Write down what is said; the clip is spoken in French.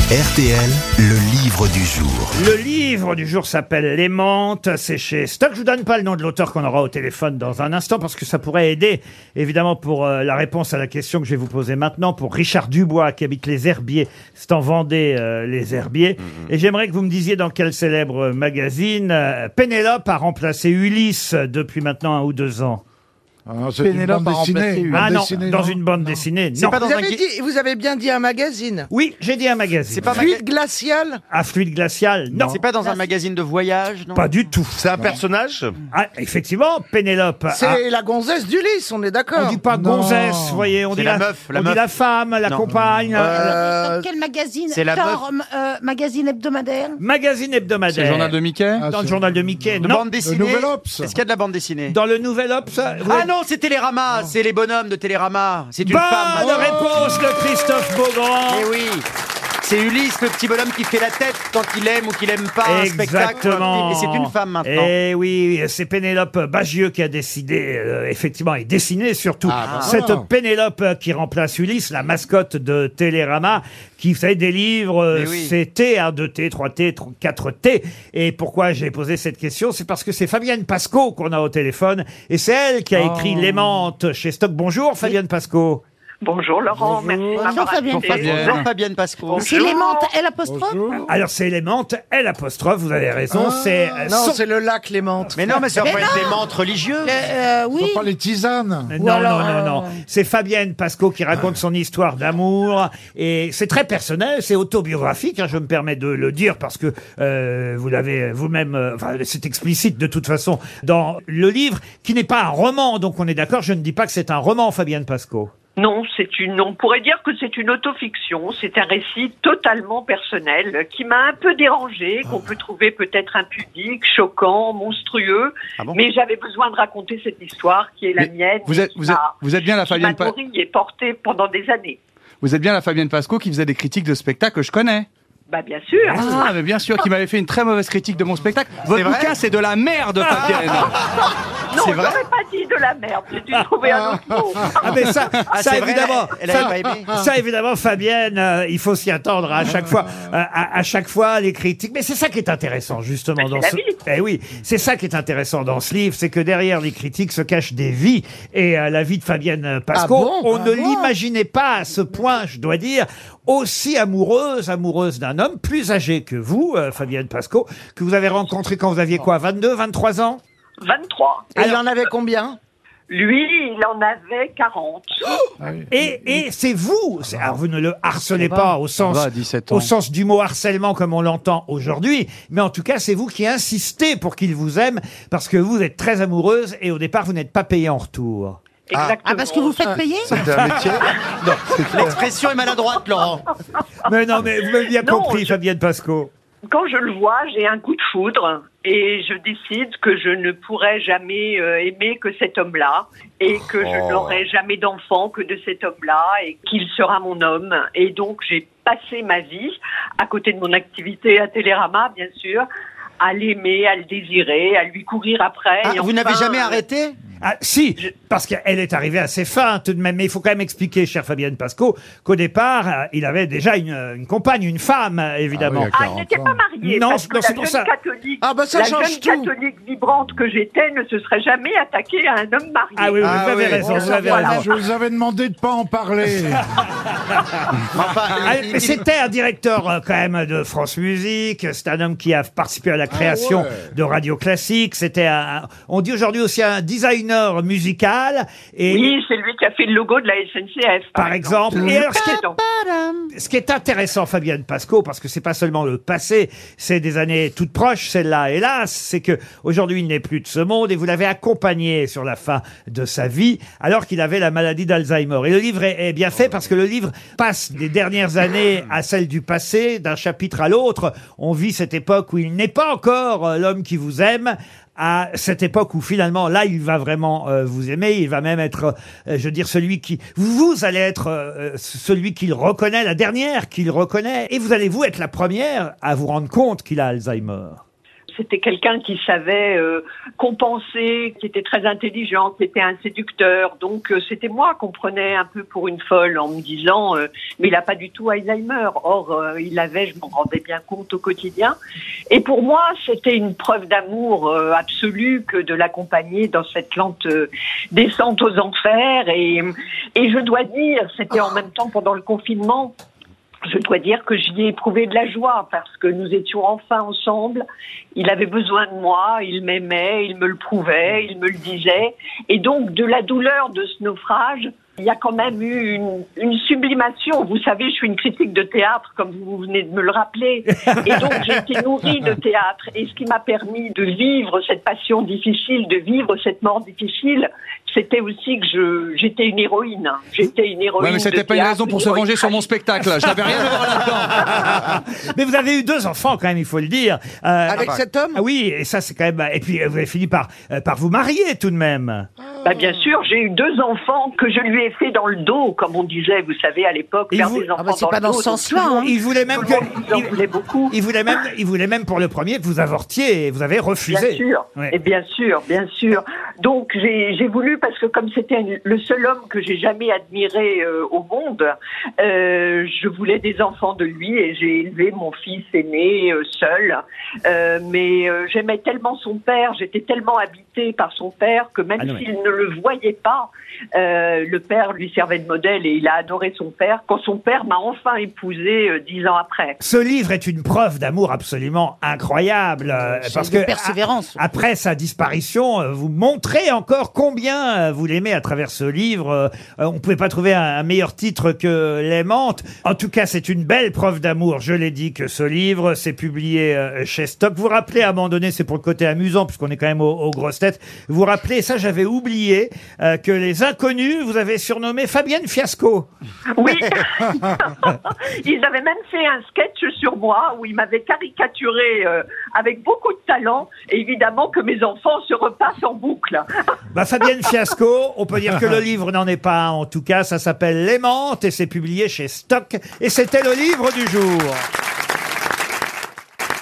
RTL, le livre du jour. Le livre du jour s'appelle Les Menthes, c'est chez Stock. Je vous donne pas le nom de l'auteur qu'on aura au téléphone dans un instant parce que ça pourrait aider évidemment pour la réponse à la question que je vais vous poser maintenant pour Richard Dubois qui habite les Herbiers. C'est en Vendée, les Herbiers. Et j'aimerais que vous me disiez dans quel célèbre magazine Pénélope a remplacé Ulysse depuis maintenant 1 ou 2 ans. Ah, c'est une bande dessinée. Ah non, dans une bande dessinée. Non. Pas dans vous avez bien dit un magazine. Oui, j'ai dit un magazine. C'est pas Fluide glacial. À fluide glacial, non. C'est pas dans un magazine de voyage, non? Pas du tout. C'est un personnage? Ah, effectivement, Pénélope. C'est la gonzesse d'Ulysse, on est d'accord. On dit pas Non. gonzesse, vous voyez, on C'est dit la meuf, la on dit meuf. la femme, la Non. compagne. Dans quel magazine? c'est la Genre, magazine hebdomadaire? Magazine hebdomadaire. C'est le journal de Mickey. Dans le journal de Mickey. De Non. bande dessinée. Nouvel Obs. Est-ce qu'il y a de la bande dessinée? Dans le Nouvel Obs. Ah non, c'est Télérama. C'est les bonhommes de Télérama. C'est une Bonne femme. réponse de Christophe Beaugrand. Eh oui. C'est Ulysse, le petit bonhomme qui fait la tête quand il aime ou qu'il aime pas un spectacle. Exactement. Et c'est une femme maintenant. Eh oui, c'est Pénélope Bagieux qui a décidé, effectivement, et dessiné surtout, cette Pénélope qui remplace Ulysse, la mascotte de Télérama, qui fait des livres, Mais oui. c'est T, 1, 2T, 3T, 4T. Et pourquoi j'ai posé cette question? C'est parce que c'est Fabienne Pasco qu'on a au téléphone, et c'est elle qui a écrit Les Menthes chez Stock. Bonjour Fabienne Pasco. Bonjour Laurent, merci de m'avoir Bonjour, Fabienne. invité. Bonjour Fabienne Pasco. C'est les menthes, L apostrophe? Alors c'est les Menthes, L apostrophe, vous avez raison, c'est... Non, c'est le lac Lémante. Mais non, mais ça Mais peut être non. des menthes religieuses. Oui. Pas les tisanes. Non, alors, non. C'est Fabienne Pasco qui raconte son histoire d'amour. Et c'est très personnel, c'est autobiographique, hein, je me permets de le dire, parce que vous l'avez vous-même... Enfin, c'est explicite de toute façon dans le livre, qui n'est pas un roman. Donc on est d'accord, je ne dis pas que c'est un roman, Fabienne Pasco. Non, on pourrait dire que c'est une autofiction, c'est un récit totalement personnel qui m'a un peu dérangé, qu'on peut trouver peut-être impudique, choquant, monstrueux, Ah bon mais j'avais besoin de raconter cette histoire qui est la Mais mienne. vous êtes- qui vous êtes- m'a- vous êtes bien la qui m'a Fabienne nourrie et portée pendant des années. Vous êtes bien la Fabienne Pasco qui faisait des critiques de spectacles que je connais. Bah bien sûr. Ah, mais bien sûr, qui m'avait fait une très mauvaise critique de mon spectacle. Votre vrai bouquin, c'est de la merde, Fabienne. Non, c'est je vrai n'aurais pas dit de la merde, j'ai dû trouver un autre mot. Ah mais ça, Ah, ça c'est vrai, évidemment, elle avait pas aimé. ça évidemment, Fabienne, il faut s'y attendre à chaque fois, à chaque fois les critiques. Mais c'est ça qui est intéressant justement Mais dans c'est ce. la vie. Eh oui, c'est ça qui est intéressant dans ce livre, c'est que derrière les critiques se cachent des vies. Et la vie de Fabienne Pasco, Ah bon on ne l'imaginait pas à ce point, je dois dire, aussi amoureuse d'un homme plus âgé que vous, Fabienne Pasco, que vous avez rencontré quand vous aviez quoi, 22, 23 ans? 23. Et il en avait combien? Lui, il en avait 40. Et c'est vous, alors vous ne le harcelez pas au sens, va, à 17 ans. au sens du mot harcèlement comme on l'entend aujourd'hui, mais en tout cas c'est vous qui insistez pour qu'il vous aime parce que vous êtes très amoureuse et au départ vous n'êtes pas payé en retour. Exactement. Ah, parce que vous faites payer? C'était un métier? L'expression est maladroite, Laurent. Mais non, mais vous m'avez bien Non, compris, Fabienne Pasco. Quand je le vois, j'ai un coup de foudre et je décide que je ne pourrai jamais aimer que cet homme-là et que je n'aurai jamais d'enfant que de cet homme-là et qu'il sera mon homme. Et donc, j'ai passé ma vie, à côté de mon activité à Télérama, bien sûr, à l'aimer, à le désirer, à lui courir après. Ah, et vous n'avez enfin, jamais arrêté? Ah, si, parce qu'elle est arrivée à ses fins tout de même. Mais il faut quand même expliquer, chère Fabienne Pasco, qu'au départ, il avait déjà une compagne, une femme, évidemment. Ah oui, Ah, il n'était pas marié. Non, parce que non, c'est la pour jeune ça. catholique, Ah, bah, ça la change jeune tout. catholique vibrante que j'étais ne se serait jamais attaquée à un homme marié. Ah oui, Ah vous avez oui. raison, vous avez Voilà. raison. Je vous avais demandé de pas en parler. Enfin, Ah, mais c'était un directeur quand même de France Musique. C'est un homme qui a participé à la création ouais. de Radio Classique. C'était on dit aujourd'hui aussi un designer musical. Et Oui, c'est lui qui a fait le logo de la SNCF. par exemple. Et alors, Président. ce qui est intéressant, Fabienne Pasco, parce que c'est pas seulement le passé, c'est des années toutes proches, celle-là, hélas, c'est que aujourd'hui il n'est plus de ce monde et vous l'avez accompagné sur la fin de sa vie, alors qu'il avait la maladie d'Alzheimer. Et le livre est bien fait parce que le livre passe des dernières années à celles du passé, d'un chapitre à l'autre. On vit cette époque où il n'est pas encore l'homme qui vous aime, à cette époque où finalement là il va vraiment vous aimer, il va même être je veux dire celui qui vous allez être celui qu'il reconnaît, la dernière qu'il reconnaît, et vous allez vous être la première à vous rendre compte qu'il a Alzheimer. c'était quelqu'un qui savait compenser, qui était très intelligent, qui était un séducteur. Donc c'était moi qu'on prenait un peu pour une folle en me disant mais il n'a pas du tout Alzheimer. Or il avait, je m'en rendais bien compte au quotidien. Et pour moi, c'était une preuve d'amour absolue que de l'accompagner dans cette lente descente aux enfers. Et je dois dire, c'était en même temps pendant le confinement. Je dois dire que j'y ai éprouvé de la joie parce que nous étions enfin ensemble. Il avait besoin de moi, il m'aimait, il me le prouvait, il me le disait. Et donc, de la douleur de ce naufrage, il y a quand même eu une sublimation. Vous savez, je suis une critique de théâtre, comme vous venez de me le rappeler. Et donc, j'ai été nourrie de théâtre. Et ce qui m'a permis de vivre cette passion difficile, de vivre cette mort difficile, c'était aussi que j'étais une héroïne. J'étais une héroïne. Ouais, mais c'était pas une raison pour se venger sur mon spectacle. Je n'avais rien à voir là-dedans. Mais vous avez eu 2 enfants quand même, il faut le dire. Avec cet homme? Ah oui, et ça c'est quand même. Et puis vous avez fini par vous marier tout de même. Bah, bien sûr, j'ai eu 2 enfants que je lui ai fait dans le dos, comme on disait, vous savez, à l'époque, Et faire vous- des enfants c'est pas le dans dos. ce donc sens-là, tout le monde- Il voulait même tout le monde, ils en voulaient beaucoup. il voulait même pour le premier que vous avortiez et vous avez refusé. Bien sûr, Ouais. et bien sûr, bien sûr. Donc j'ai voulu, parce que comme c'était le seul homme que j'ai jamais admiré au monde, je voulais des enfants de lui et j'ai élevé mon fils aîné seul. Mais j'aimais tellement son père, j'étais tellement habitée par son père que même Ah non, mais- s'il ne le voyait pas, le père lui servait de modèle et il a adoré son père quand son père m'a enfin épousée 10 ans après. Ce livre est une preuve d'amour absolument incroyable parce de que persévérance. après sa disparition, vous montrez encore combien vous l'aimez à travers ce livre. On ne pouvait pas trouver un meilleur titre que L'aimante. En tout cas, c'est une belle preuve d'amour. Je l'ai dit que ce livre, c'est publié chez Stock. Vous vous rappelez, à un moment donné, c'est pour le côté amusant puisqu'on est quand même aux grosses têtes. Vous vous rappelez, ça j'avais oublié, que les inconnus, vous avez surnommé Fabienne Fiasco. Oui, ils avaient même fait un sketch sur moi où ils m'avaient caricaturé avec beaucoup de talent et évidemment que mes enfants se repassent en boucle. Bah, Fabienne Fiasco, on peut dire que le livre n'en est pas un. En tout cas, ça s'appelle L'aimante et c'est publié chez Stock. Et c'était le livre du jour.